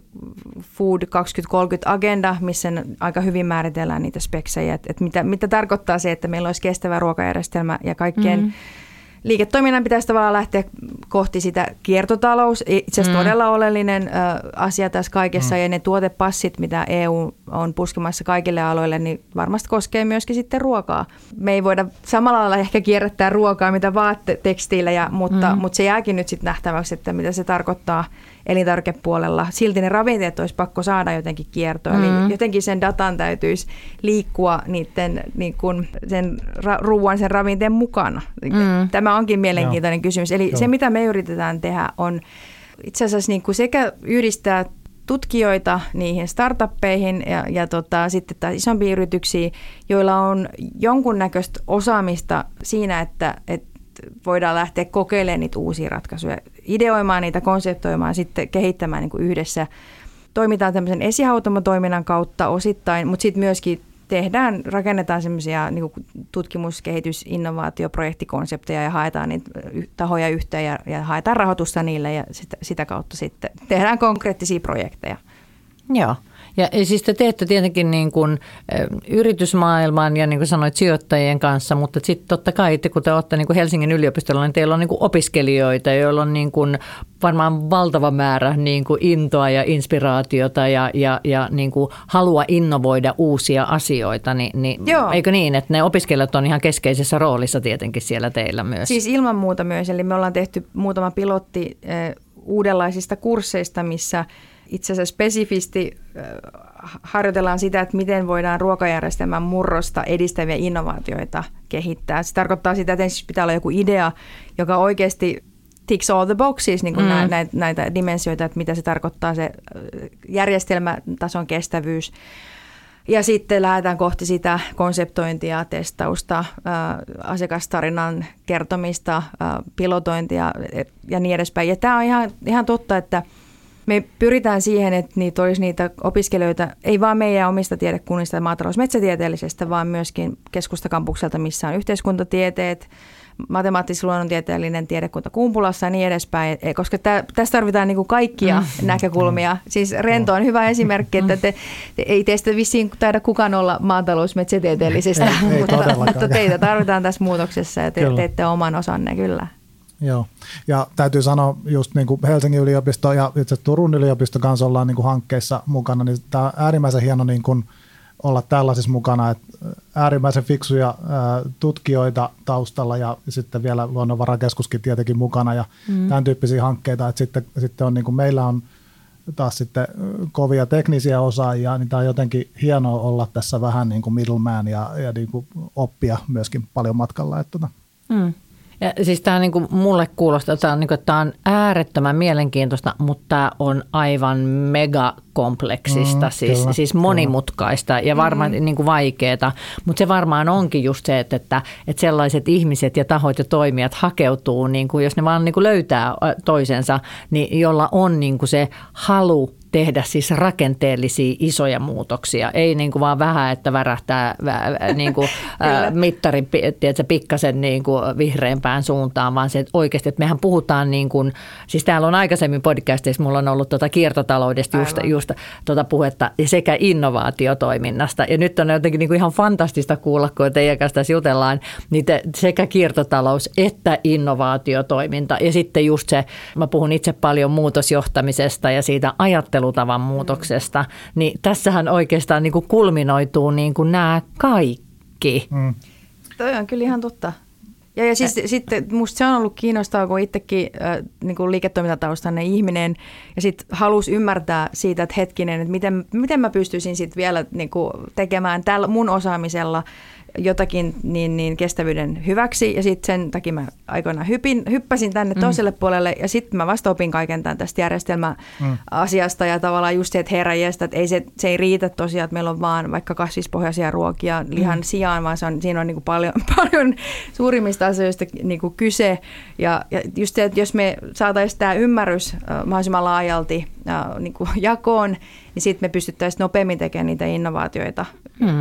Food kaksituhattakolmekymmentä-agenda, missä aika hyvin määritellään niitä speksejä, että, että mitä, mitä tarkoittaa se, että meillä olisi kestävä ruokajärjestelmä ja kaikkien mm. liiketoiminnan pitäisi tavallaan lähteä kohti sitä kiertotalous. Itse asiassa mm. todella oleellinen ö, asia tässä kaikessa mm. ja ne tuotepassit, mitä E U on puskemassa kaikille aloille, niin varmasti koskee myöskin sitten ruokaa. Me ei voida samalla lailla ehkä kierrättää ruokaa, mitä vaattetekstiilejä, mutta, mm. mutta se jääkin nyt sitten nähtäväksi, että mitä se tarkoittaa elintarvikepuolella. Silti ne ravinteet olisi pakko saada jotenkin kiertoon. Mm. Eli jotenkin sen datan täytyisi liikkua niiden, niin kuin sen ra- ruoan, sen ravinteen mukana. Mm. Tämä onkin mielenkiintoinen Joo. kysymys. Eli Joo. se, mitä me yritetään tehdä, on itse asiassa niin kuin sekä yhdistää tutkijoita niihin startuppeihin ja, ja tota, sitten taas isompia yrityksiä, joilla on jonkunnäköistä osaamista siinä, että, että voidaan lähteä kokeilemaan niitä uusia ratkaisuja, ideoimaan niitä, konseptoimaan, sitten kehittämään niin kuin yhdessä. Toimitaan tämmöisen esihautomotoiminnan kautta osittain, mutta sitten myöskin tehdään, rakennetaan semmoisia niin kuin tutkimus-, kehitys-, innovaatioprojektikonsepteja ja haetaan niitä tahoja yhteen ja, ja haetaan rahoitusta niille ja sitä, sitä kautta sitten tehdään konkreettisia projekteja. Joo. Ja siis te teette tietenkin niin kuin yritysmaailman ja niin kuin sanoit sijoittajien kanssa, mutta sitten totta kai, kun te olette niin kuin Helsingin yliopistolla, niin teillä on niin kuin opiskelijoita, joilla on niin kuin varmaan valtava määrä niin kuin intoa ja inspiraatiota ja, ja, ja niin kuin halua innovoida uusia asioita. Niin, niin eikö niin, että ne opiskelijat on ihan keskeisessä roolissa tietenkin siellä teillä myös? Siis ilman muuta myös, eli me ollaan tehty muutama pilotti eh, uudenlaisista kursseista, missä itse asiassa spesifisti harjoitellaan sitä, että miten voidaan ruokajärjestelmän murrosta edistäviä innovaatioita kehittää. Se tarkoittaa sitä, että ensin pitää olla joku idea, joka oikeasti ticks all the boxes, niin kuin mm. näitä, näitä dimensioita, että mitä se tarkoittaa se järjestelmätason kestävyys. Ja sitten lähdetään kohti sitä konseptointia, testausta, ää, asiakastarinan kertomista, ää, pilotointia ja niin edespäin. Ja tämä on ihan, ihan totta, että me pyritään siihen, että niitä olisi niitä opiskelijoita, ei vaan meidän omista tiedekunnista ja maatalousmetsätieteellisestä, vaan myöskin keskustakampukselta, missä on yhteiskuntatieteet, matemaattis-luonnontieteellinen tiedekunta Kumpulassa ja niin edespäin, koska tä, tässä tarvitaan niinku kaikkia mm. näkökulmia. Siis Rento on hyvä esimerkki, että te, te, ei teistä vissiin taida kukaan olla maatalousmetsätieteellisestä, mutta, mutta teitä tarvitaan tässä muutoksessa ja te kyllä. teette oman osanne kyllä. Joo, ja täytyy sanoa just niin kuin Helsingin yliopisto ja itse Turun yliopisto kanssa ollaan niin kuin hankkeissa mukana, niin tämä on äärimmäisen hieno niin kuin olla tällaisissa mukana, että äärimmäisen fiksuja ää, tutkijoita taustalla ja sitten vielä Luonnonvarakeskuskin tietenkin mukana ja mm. tämän tyyppisiä hankkeita, että sitten, sitten on niin kuin meillä on taas sitten kovia teknisiä osaajia, niin tämä on jotenkin hienoa olla tässä vähän niin kuin middleman ja, ja niin kuin oppia myöskin paljon matkalla. Että mm. Ja siis tämä niin kuin mulle kuulostaa, että tämä on, niin kuin, että tämä on äärettömän mielenkiintoista, mutta tämä on aivan megakompleksista, mm, siis, kyllä, siis monimutkaista kyllä. ja varmaan mm. niin kuin vaikeaa. Mutta se varmaan onkin just se, että, että, että sellaiset ihmiset ja tahot ja toimijat hakeutuu, niin kuin, jos ne vaan niin kuin löytää toisensa, niin jolla on niin kuin se halu tehdä siis rakenteellisia isoja muutoksia. Ei niin kuin vaan vähän, että värähtää niin kuin, ä, mittarin tiedätkö, pikkasen niin kuin vihreämpään suuntaan, vaan se, että oikeasti, että mehän puhutaan niin kuin, siis täällä on aikaisemmin podcasteissa, mulla on ollut tuota kiertotaloudesta just, just tuota puhetta sekä innovaatiotoiminnasta. Ja nyt on jotenkin niin kuin ihan fantastista kuulla, kun teidän kanssa tässä jutellaan, niin te, sekä kiertotalous että innovaatiotoiminta. Ja sitten just se, mä puhun itse paljon muutosjohtamisesta ja siitä ajattelusta, tavan muutoksesta, niin tässähän oikeastaan niin kuin kulminoituu niin kuin nämä kaikki. Mm. Toi on kyllä ihan totta. Ja, ja siis, ja sitten musta se on ollut kiinnostavaa, kun itsekin äh, niin kuin liiketoimintataustainen ihminen ja sitten halusi ymmärtää siitä, että hetkinen, että miten, miten mä pystyisin sitten vielä niin kuin tekemään tällä mun osaamisella jotakin niin, niin kestävyyden hyväksi ja sitten sen takia mä aikoinaan hypin, hyppäsin tänne mm. toiselle puolelle ja sitten mä vasta opin kaiken tämän tästä järjestelmäasiasta mm. ja tavallaan just se, että herranjestä, että ei se, se ei riitä tosiaan, että meillä on vaan vaikka kasvispohjaisia ruokia lihan mm. sijaan, vaan se on, siinä on niin kuin paljon, paljon suurimmista asioista niin kuin kyse ja, ja just se, että jos me saataisiin tämä ymmärrys äh, mahdollisimman laajalti äh, niin kuin jakoon, niin sitten me pystyttäisiin nopeammin tekemään niitä innovaatioita. Mm.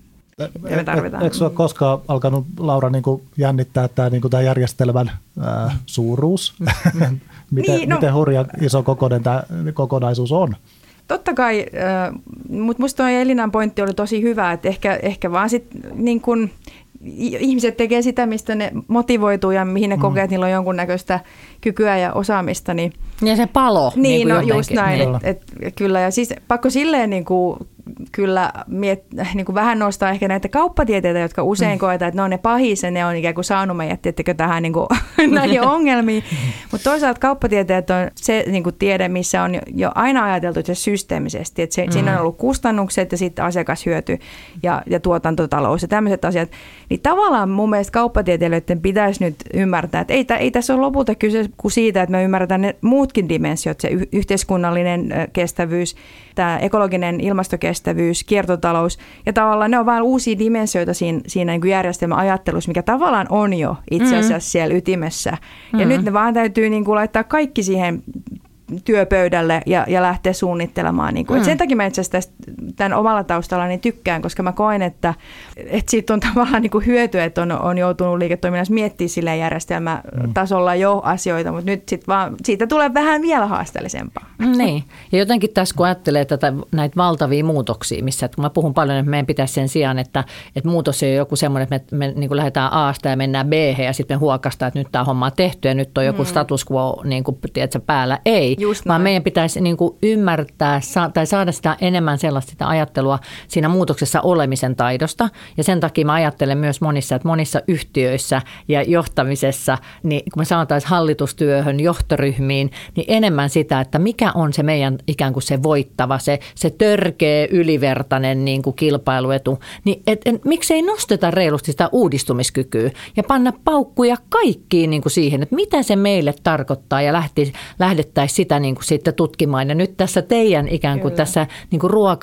Eikö sinua koskaan alkanut, Laura, niin kuin jännittää tämä, niin kuin tämä järjestelmän ää, suuruus? miten, niin, no, miten hurja iso kokoinen tämä kokonaisuus on? Totta kai, äh, mutta minusta tuo Elinan pointti oli tosi hyvä, että ehkä, ehkä vaan sitten niin kun ihmiset tekee sitä, mistä ne motivoituu ja mihin ne mm. kokee, että niillä on jonkunnäköistä kykyä ja osaamista. Niin, ja se palo. Niin, niin no just näin, niin. et, et, kyllä. Ja siis pakko silleen niin kuin, kyllä miet, niin kuin vähän nostaa ehkä näitä kauppatieteitä, jotka usein mm. koetaan, että ne on ne pahis ja ne on ikään kuin saanut meidät, tiettekö tähän niin kuin, näihin ongelmiin. Mutta toisaalta kauppatieteet on se niin kuin tiede, missä on jo, jo aina ajateltu se systeemisesti, että se, mm. siinä on ollut kustannukset ja sitten asiakashyöty ja, ja tuotantotalous ja tämmöiset asiat. Niin tavallaan mun mielestä kauppatieteilijöiden pitäisi nyt ymmärtää, että ei, ei tässä ole lopulta kyse kuin siitä, että me ymmärretään ne muutkin dimensiot, se yhteiskunnallinen kestävyys, tämä ekologinen ilmastokestävyys, kiertotalous ja tavallaan ne on vain uusia dimensioita siinä, siinä niin kuin järjestelmäajattelussa, mikä tavallaan on jo itse asiassa mm-hmm. siellä ytimessä. Ja mm-hmm. nyt ne vaan täytyy niin kuin laittaa kaikki siihen työpöydälle ja, ja lähteä suunnittelemaan. Niin kuin. Mm. sen takia mä itse asiassa tämän omalla taustalla niin tykkään, koska mä koen, että, että siitä on tavallaan niin kuin hyötyä, että on, on joutunut liiketoiminnassa miettimään sillä järjestelmätasolla jo asioita, mutta nyt sit vaan, siitä tulee vähän vielä haasteellisempaa. Niin, ja jotenkin tässä kun ajattelee tätä, näitä valtavia muutoksia, missä että kun mä puhun paljon, että meidän pitäisi sen sijaan, että, että muutos ei ole joku semmoinen, että me, me niin kuin lähdetään A:sta ja mennään B:hen ja sitten me huokastaan, että nyt tämä homma on tehty ja nyt on joku mm. status quo niin kuin, tiedätkö, päällä. Ei. Just vaan meidän pitäisi niin kuin ymmärtää tai saada sitä enemmän sellaista sitä ajattelua siinä muutoksessa olemisen taidosta. Ja sen takia mä ajattelen myös monissa, että monissa yhtiöissä ja johtamisessa, niin kun me saataisiin hallitustyöhön, johtoryhmiin, niin enemmän sitä, että mikä on se meidän ikään kuin se voittava, se, se törkeä, ylivertainen niin kuin kilpailuetu. Niin et, et, miksei nosteta reilusti sitä uudistumiskykyä ja panna paukkuja kaikkiin niin kuin siihen, että mitä se meille tarkoittaa ja lähdettäisiin sitä niin kuin sitten tutkimaan. Ja nyt tässä teidän ikään kuin Kyllä. tässä niin kuin ruoka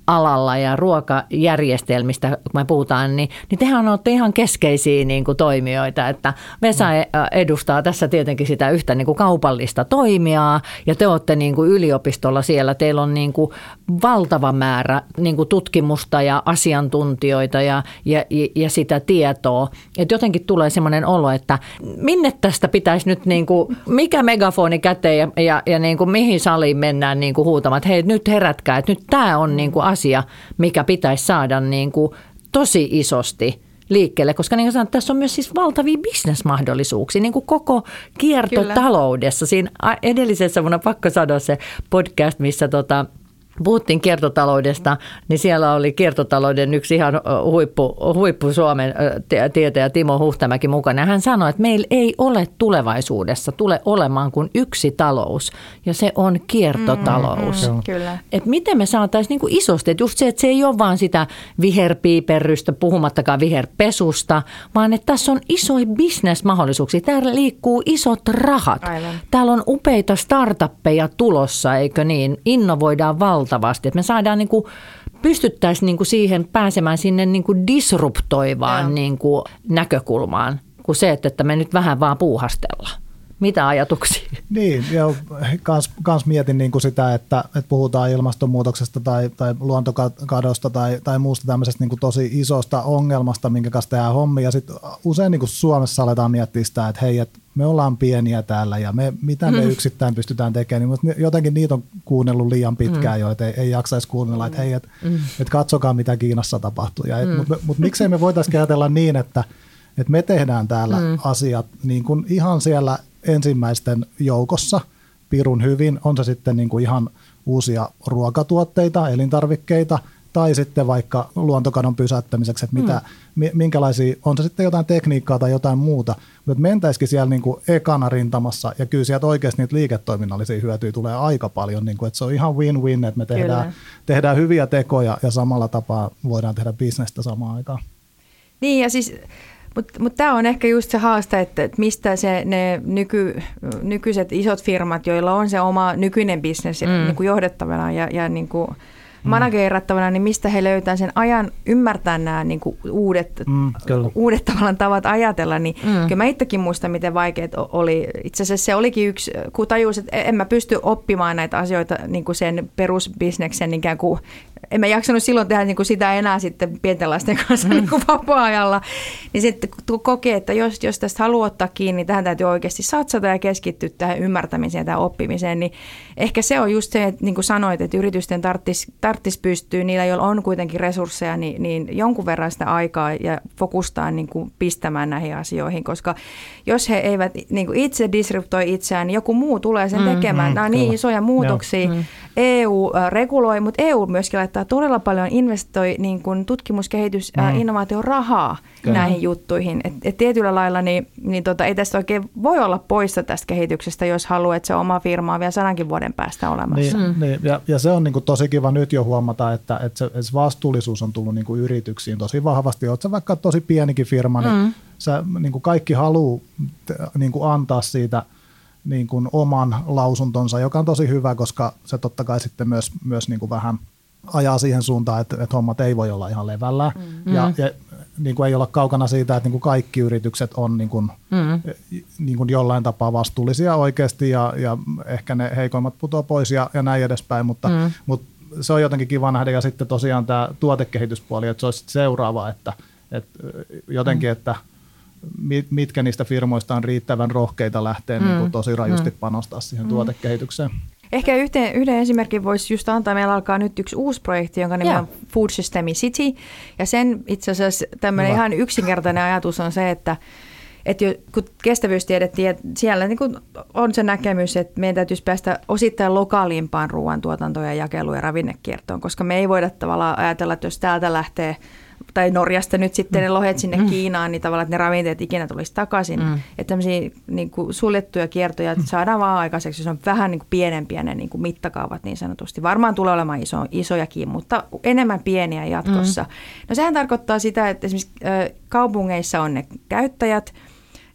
alalla ja ruokajärjestelmistä, kun me puhutaan, niin, niin tehän olette ihan keskeisiä niin kuin toimijoita, että Vesa edustaa tässä tietenkin sitä yhtä niin kuin kaupallista toimijaa ja te olette niin kuin yliopistolla siellä, teillä on niin kuin valtava määrä niin kuin tutkimusta ja asiantuntijoita ja, ja, ja sitä tietoa, että jotenkin tulee semmoinen olo, että minne tästä pitäisi nyt, niin kuin, mikä megafoni käteen ja, ja, ja niin kuin mihin saliin mennään niin kuin huutamaan, että hei nyt herätkää, että nyt tämä on niin kuin asia, mikä pitäisi saada niin kuin tosi isosti liikkeelle, koska niin kuin sanoin, tässä on myös siis valtavia bisnesmahdollisuuksia niin kuin koko kiertotaloudessa. Siinä edellisessä vuonna pakko sanoa se podcast, missä tota, puhuttiin kiertotaloudesta, niin siellä oli kiertotalouden yksi ihan huippu, huippu Suomen tietäjä Timo Huhtamäki mukana. Hän sanoi, että meillä ei ole tulevaisuudessa tule olemaan kuin yksi talous ja se on kiertotalous. Mm, mm, kyllä. Et miten me saataisiin niinku isosti, että just se, että se ei ole vaan sitä viherpiiperrystä, puhumattakaan viherpesusta, vaan että tässä on isoja bisnesmahdollisuuksia. Täällä liikkuu isot rahat. Aivan. Täällä on upeita startuppeja tulossa, eikö niin? Innovoidaan valtavasti. Että me saadaan niin kuin, pystyttäisiin niin kuin siihen pääsemään sinne niin kuin disruptoivaan niin kuin näkökulmaan, kuin se, että me nyt vähän vaan puuhastellaan. Mitä ajatuksia? Niin, ja kans, kans mietin niin kuin sitä, että, että puhutaan ilmastonmuutoksesta tai, tai luontokadosta tai, tai muusta tämmöisestä niin kuin tosi isosta ongelmasta, minkä kanssa tehdään hommia. Ja sitten usein niin kuin Suomessa aletaan miettiä sitä, että hei, että me ollaan pieniä täällä ja me, mitä me yksittäin pystytään tekemään. Niin jotenkin niitä on kuunnellut liian pitkään mm. jo, että ei, ei jaksaisi kuunnella, että hei, että mm. et katsokaa mitä Kiinassa tapahtuu. Mm. Mutta mut miksei me voitaisiin ajatella niin, että et me tehdään täällä mm. asiat niin kuin ihan siellä ensimmäisten joukossa pirun hyvin, on se sitten niin kuin ihan uusia ruokatuotteita, elintarvikkeita tai sitten vaikka luontokadon pysäyttämiseksi, että mitä, mm. minkälaisia, on se sitten jotain tekniikkaa tai jotain muuta, mutta mentäisikin siellä niin kuin ekana rintamassa ja kyllä sieltä oikeasti niitä liiketoiminnallisia hyötyjä tulee aika paljon, niin kuin, että se on ihan win-win, että me tehdään, tehdään hyviä tekoja ja samalla tapaa voidaan tehdä bisnestä samaan aikaan. Niin ja siis Mutta mut tämä on ehkä just se haaste, että, että mistä se, ne nyky, nykyiset isot firmat, joilla on se oma nykyinen bisnes mm. niin kuin johdettavana ja, ja niin kuin manageerattavana, niin mistä he löytää sen ajan ymmärtää nämä niin kuin uudet, mm, uudet tavallaan tavat ajatella. Niin mm. kyllä mä itsekin muistan, miten vaikeat oli. Itse asiassa se olikin yksi, kun tajus, että en mä pysty oppimaan näitä asioita niin kuin sen perusbisneksen ikään kuin. En mä jaksanut silloin tehdä niin kuin sitä enää sitten pienten lasten kanssa mm. niin kuin vapaa-ajalla. Niin sitten kun kokee, että jos, jos tästä haluaa ottaa kiinni, niin tähän täytyy oikeasti satsata ja keskittyä tähän ymmärtämiseen ja tähän oppimiseen. Niin ehkä se on just se, että niin kuin sanoit, että yritysten tarvitsisi tarttis pystyä, niillä joilla on kuitenkin resursseja, niin, niin jonkun verran sitä aikaa ja fokustaa niin kuin pistämään näihin asioihin. Koska jos he eivät niin kuin itse disruptoi itseään, niin joku muu tulee sen tekemään. Mm, Nämä on niin isoja muutoksia. Mm. E U reguloi, mutta E U myöskin laittaa todella paljon, investoi niin kuin tutkimus-, kehitys-, mm. innovaatiorahaa Kyllä. näihin juttuihin. Et, et tietyllä lailla niin, niin tota, ei tästä oikein voi olla poissa tästä kehityksestä, jos haluaa, että se oma firma on vielä sadankin vuoden päästä olemassa. Niin, mm. niin, ja, ja se on niin kuin tosi kiva nyt jo huomata, että, että, se, että se vastuullisuus on tullut niin kuin yrityksiin tosi vahvasti. Oletko sä vaikka tosi pienikin firma, niin, mm. sä, niin kuin kaikki haluaa niin kuin antaa siitä niin kuin oman lausuntonsa, joka on tosi hyvä, koska se totta kai sitten myös, myös niin kuin vähän ajaa siihen suuntaan, että, että hommat ei voi olla ihan levällä. Mm. Ja, ja niin kuin ei olla kaukana siitä, että niin kuin kaikki yritykset on niin kuin, mm. niin kuin jollain tapaa vastuullisia oikeasti ja, ja ehkä ne heikoimmat putoaa pois ja, ja näin edespäin, mutta, mm. mutta se on jotenkin kiva nähdä. Ja sitten tosiaan tämä tuotekehityspuoli, että se olisi seuraava, että, että jotenkin, mm. että mitkä niistä firmoista on riittävän rohkeita lähteä mm. niin kuin tosi rajusti panostaa siihen mm. tuotekehitykseen. Ehkä yhden, yhden esimerkin voisi just antaa. Meillä alkaa nyt yksi uusi projekti, jonka nimi on Food Systemicity. Ja sen itse asiassa tämmöinen ihan yksinkertainen ajatus on se, että, että kun kestävyystiedettiin, että siellä niin kuin on se näkemys, että meidän täytyisi päästä osittain lokaalimpaan ruoantuotantoon ja jakeluun ja ravinnekiertoon, koska me ei voida tavallaan ajatella, että jos täältä lähtee tai Norjasta nyt sitten ne lohet sinne mm. Kiinaan, niin tavallaan, että ne ravinteet ikinä tulisi takaisin. Mm. Että tämmöisiä niin kuin suljettuja kiertoja saadaan vaan aikaiseksi, jos on vähän niin kuin pienempiä ne niin kuin mittakaavat niin sanotusti. Varmaan tulee olemaan iso, isojakin, mutta enemmän pieniä jatkossa. Mm. No sehän tarkoittaa sitä, että esimerkiksi kaupungeissa on ne käyttäjät,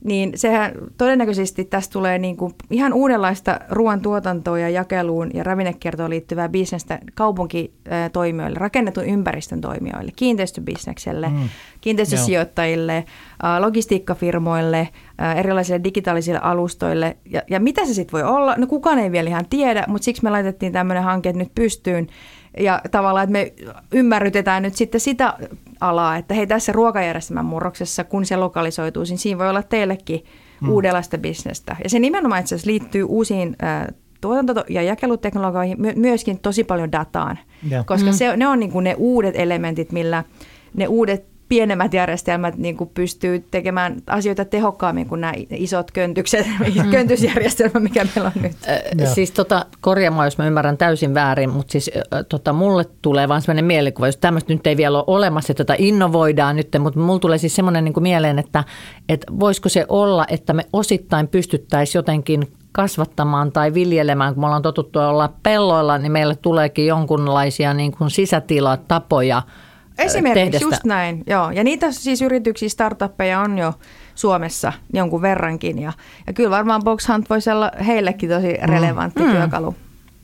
niin sehän todennäköisesti tästä tulee niin kuin ihan uudenlaista ruoantuotantoa ja jakeluun ja ravinnekiertoon liittyvää bisnestä kaupunkitoimijoille, rakennetun ympäristön toimijoille, kiinteistöbisnekselle, mm. kiinteistösijoittajille, logistiikkafirmoille, erilaisille digitaalisille alustoille. Ja, ja mitä se sitten voi olla? No kukaan ei vielä ihan tiedä, mutta siksi me laitettiin tämmöinen hanke nyt pystyyn. Ja tavallaan, että me ymmärrytetään nyt sitten sitä alaa, että hei, tässä ruokajärjestelmän murroksessa, kun se lokalisoituu, niin siinä voi olla teillekin mm. uudenlaista bisnestä. Ja se nimenomaan itse asiassa liittyy uusiin ä, tuotanto- ja jakeluteknologioihin, my- myöskin tosi paljon dataan, yeah. koska mm. se, ne on niin kuin ne uudet elementit, millä ne uudet pienemmät järjestelmät niin kuin pystyy tekemään asioita tehokkaammin kuin nämä isot köntykset, köntysjärjestelmä, mikä meillä on nyt. Äh, siis tota, korjaamaan, jos mä ymmärrän täysin väärin, mutta siis äh, tota, mulle tulee vaan sellainen mielikuva, jos tämmöistä nyt ei vielä ole olemassa, että tätä innovoidaan nyt, mutta mulle tulee siis semmoinen niin kuin mieleen, että, että voisiko se olla, että me osittain pystyttäisiin jotenkin kasvattamaan tai viljelemään, kun me ollaan totuttu olla pelloilla, niin meille tuleekin jonkunlaisia niin kuin sisätilatapoja. Esimerkiksi just näin, joo. Ja niitä siis yrityksiä, startuppeja on jo Suomessa jonkun verrankin. Ja, ja kyllä varmaan Box Hunt voisi olla heillekin tosi relevantti mm. työkalu.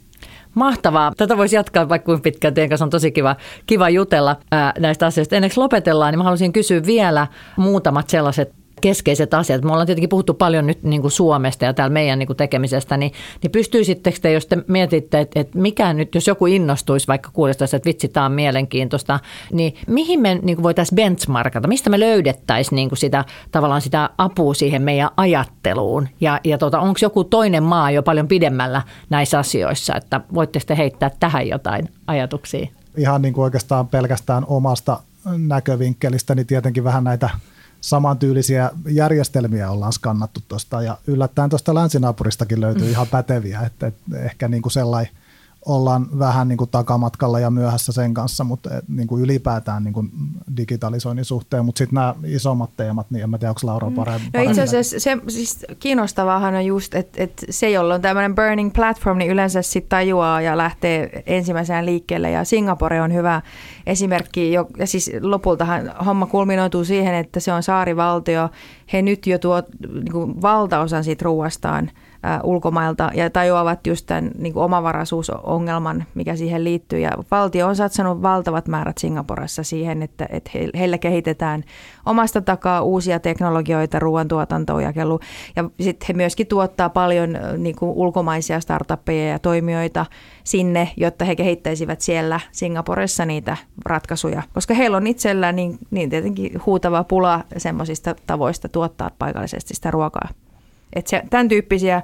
Mahtavaa. Tätä voisi jatkaa vaikka kuinka pitkään. Teidän kanssa on tosi kiva, kiva jutella ää, näistä asioista. Ennen kuin lopetellaan, niin mä haluaisin kysyä vielä muutamat sellaiset keskeiset asiat. Me ollaan tietenkin puhuttu paljon nyt niin kuin Suomesta ja täällä meidän niin kuin tekemisestä, niin, niin pystyisittekö te, jos te mietitte, että, että mikä nyt, jos joku innostuisi vaikka kuulestaisi, että vitsi, tämä on mielenkiintoista, niin mihin me niin kuin voitaisiin benchmarkata, mistä me löydettäisiin niin kuin sitä, tavallaan sitä apua siihen meidän ajatteluun ja, ja tota, onko joku toinen maa jo paljon pidemmällä näissä asioissa, että voitte te heittää tähän jotain ajatuksia? Ihan niin kuin oikeastaan pelkästään omasta näkövinkkelistä, niin tietenkin vähän näitä samantyylisiä järjestelmiä ollaan skannattu tuosta ja yllättäen tuosta länsinaapuristakin löytyy ihan päteviä, että, että ehkä niin kuin sellainen ollaan vähän niin kuin takamatkalla ja myöhässä sen kanssa, mutta niin kuin ylipäätään niin kuin digitalisoinnin suhteen, mutta sitten nämä isommat teemat, niin en mä tiedä, onko Laura paremmin. No itse asiassa se siis kiinnostavaahan on just, että, että se, jolla on tämmöinen burning platform, niin yleensä sitten tajuaa ja lähtee ensimmäisenä liikkeelle ja Singapore on hyvä esimerkki, ja siis lopultahan homma kulminoituu siihen, että se on saarivaltio, he nyt jo tuo niin kuin valtaosan siitä ruuastaan ulkomailta ja tajuavat just tämän niin kuin omavaraisuusongelman, mikä siihen liittyy. Ja valtio on satsannut valtavat määrät Singaporessa siihen, että, että heillä kehitetään omasta takaa uusia teknologioita, ruoantuotantoon, jakeluun. Ja sitten he myöskin tuottaa paljon niin kuin ulkomaisia startuppeja ja toimijoita sinne, jotta he kehittäisivät siellä Singaporessa niitä ratkaisuja. Koska heillä on itsellään niin, niin tietenkin huutava pula semmoisista tavoista tuottaa paikallisesti sitä ruokaa. Että se, tämän tyyppisiä,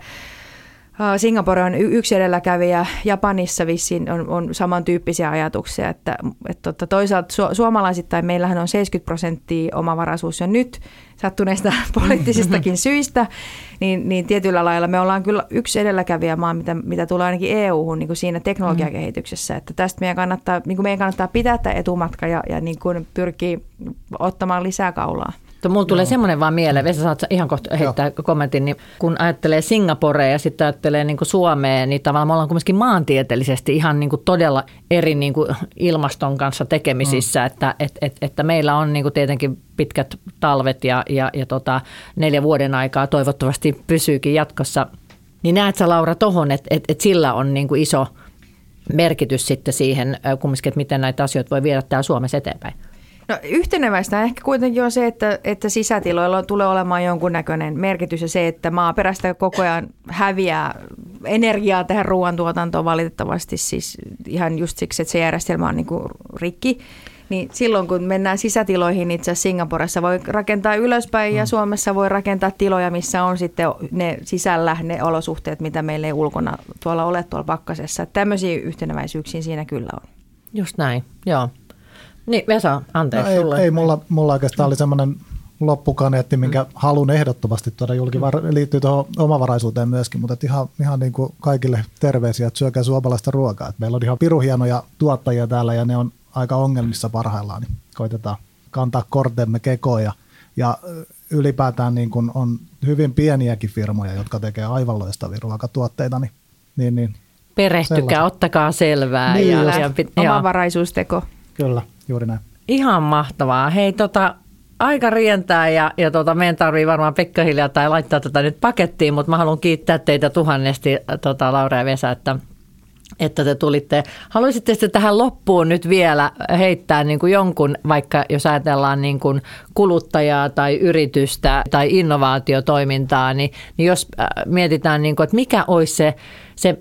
Singapore on yksi edelläkävijä, Japanissa vissiin on, on samantyyppisiä ajatuksia, että, että toisaalta su, suomalaisittain meillähän on seitsemänkymmentä prosenttia omavaraisuus jo nyt sattuneista poliittisistakin syistä, niin, niin tietyllä lailla me ollaan kyllä yksi edelläkävijä maa, mitä, mitä tulee ainakin E U-hun niin kuin siinä teknologiakehityksessä, että tästä meidän kannattaa, niin kuin meidän kannattaa pitää tämä etumatka ja, ja niin kuin pyrkii ottamaan lisää kaulaa. Mulla tulee Joo. semmoinen vaan mieleen, Vesa saat ihan kohta heittää Joo. kommentin, niin kun ajattelee Singaporea ja sitten ajattelee niin kuin Suomea, niin tavallaan me ollaan kuitenkin maantieteellisesti ihan niin kuin todella eri niin kuin ilmaston kanssa tekemisissä, mm. että, että, että, että meillä on niin kuin tietenkin pitkät talvet ja, ja, ja tota, neljä vuoden aikaa toivottavasti pysyykin jatkossa. Niin näet sä Laura tohon, että, että, että sillä on niin kuin iso merkitys sitten siihen kumminkin, että miten näitä asioita voi viedä täällä Suomessa eteenpäin? No yhteneväistä ehkä kuitenkin on se, että, että sisätiloilla tulee olemaan jonkunnäköinen merkitys ja se, että maaperästä koko ajan häviää energiaa tähän ruoantuotantoon valitettavasti siis ihan just siksi, että se järjestelmä on niin kuin rikki. Niin silloin kun mennään sisätiloihin, itse asiassa Singaporessa voi rakentaa ylöspäin ja Suomessa voi rakentaa tiloja, missä on sitten ne sisällä ne olosuhteet, mitä meillä ei ulkona tuolla ole tuolla pakkasessa. Tämmöisiä yhteneväisyyksiä siinä kyllä on. Just näin, joo. Niin, Vesa, anteeksi no, sulle. Ei, ei mulla, mulla oikeastaan oli semmoinen loppukaneetti, minkä mm. halun ehdottomasti tuoda julki. Liittyy tuohon omavaraisuuteen myöskin, mutta ihan, ihan niin kuin kaikille terveisiä, että syökää suomalaista ruokaa. Et meillä on ihan pirun hienoja tuottajia täällä ja ne on aika ongelmissa parhaillaan, niin koitetaan kantaa kortemme kekoon. Ja, ja ylipäätään niin kuin on hyvin pieniäkin firmoja, jotka tekee aivan loistavia ruokatuotteita. Niin, niin, niin Perehtykää, sellaista. Ottakaa selvää. Niin, ja, ja, omavaraisuusteko. Kyllä, juuri näin. Ihan mahtavaa. Hei, tota, aika rientää ja, ja tuota, meidän tarvii varmaan Pekka hiljaa tai laittaa tätä nyt pakettiin, mutta mä haluan kiittää teitä tuhannesti, tuota, Laura ja Vesa, että, että te tulitte. Haluaisitte sitten tähän loppuun nyt vielä heittää niin kuin jonkun, vaikka jos ajatellaan niin kuin kuluttajaa tai yritystä tai innovaatiotoimintaa, niin, niin jos mietitään, niin kuin, että mikä olisi se, se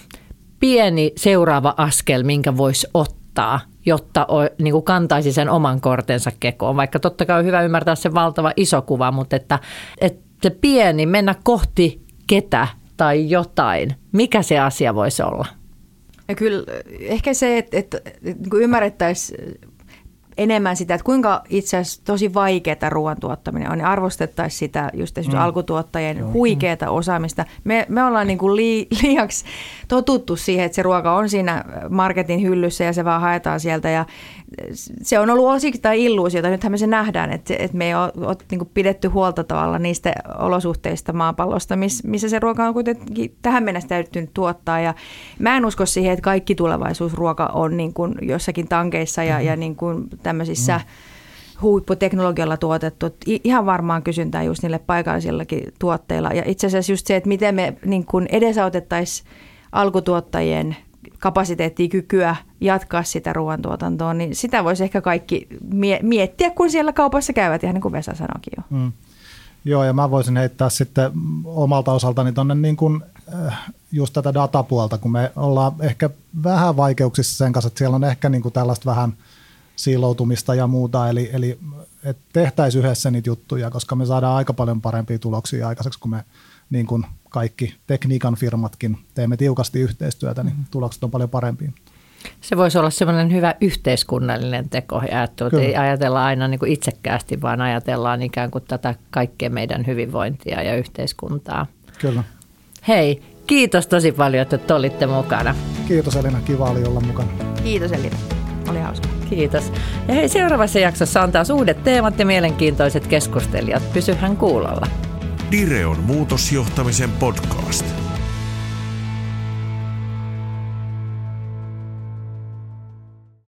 pieni seuraava askel, minkä voisi ottaa, jotta niin kuin kantaisi sen oman kortensa kekoon. Vaikka totta kai on hyvä ymmärtää se valtava iso kuva, mutta että, että se pieni mennä kohti ketä tai jotain, mikä se asia voisi olla? Ja kyllä ehkä se, että, että, että ymmärrettäisiin enemmän sitä, että kuinka itse asiassa tosi vaikeaa ruoan tuottaminen on, ja arvostettaisiin sitä just esimerkiksi mm. alkutuottajien huikeata osaamista. Me, me ollaan niin kuin lii, liiaksi totuttu siihen, että se ruoka on siinä marketin hyllyssä ja se vaan haetaan sieltä, ja se on ollut osittain illuusiota. Nythän me se nähdään, että, että me ei ole, ole niin kuin pidetty huolta tavalla niistä olosuhteista maapallosta, missä se ruoka on kuitenkin tähän mennessä täytynyt tuottaa. Ja mä en usko siihen, että kaikki tulevaisuusruoka on niin kuin jossakin tankeissa ja, ja niin kuin tämmöisissä huipputeknologialla tuotettu. Ihan varmaan kysyntää just niille paikallisillakin tuotteilla. Ja itse asiassa just se, että miten me niin kuin edesautettaisiin alkutuottajien kapasiteettia, kykyä jatkaa sitä ruoantuotantoa, niin sitä voisi ehkä kaikki miettiä, kun siellä kaupassa käyvät, ihan niin kuin Vesa sanoikin jo. Mm. Joo, ja mä voisin heittää sitten omalta osaltani tuonne niin kuin just tätä datapuolta, kun me ollaan ehkä vähän vaikeuksissa sen kanssa, että siellä on ehkä niin kuin tällaista vähän siiloutumista ja muuta, eli, eli että tehtäisiin yhdessä niitä juttuja, koska me saadaan aika paljon parempia tuloksia aikaiseksi, kun me niin kuin kaikki tekniikan firmatkin teemme tiukasti yhteistyötä, niin tulokset on paljon parempia. Se voisi olla semmoinen hyvä yhteiskunnallinen teko. Ajattelu, ei ajatella aina niin kuin itsekkäästi, vaan ajatellaan ikään kuin tätä kaikkea meidän hyvinvointia ja yhteiskuntaa. Kyllä. Hei, kiitos tosi paljon, että te olitte mukana. Kiitos Elina, kiva oli olla mukana. Kiitos Elina, oli hauska. Kiitos. Ja hei, seuraavassa jaksossa on taas uudet teemat ja mielenkiintoiset keskustelijat. Pysyhän kuulolla. Direon muutosjohtamisen podcast.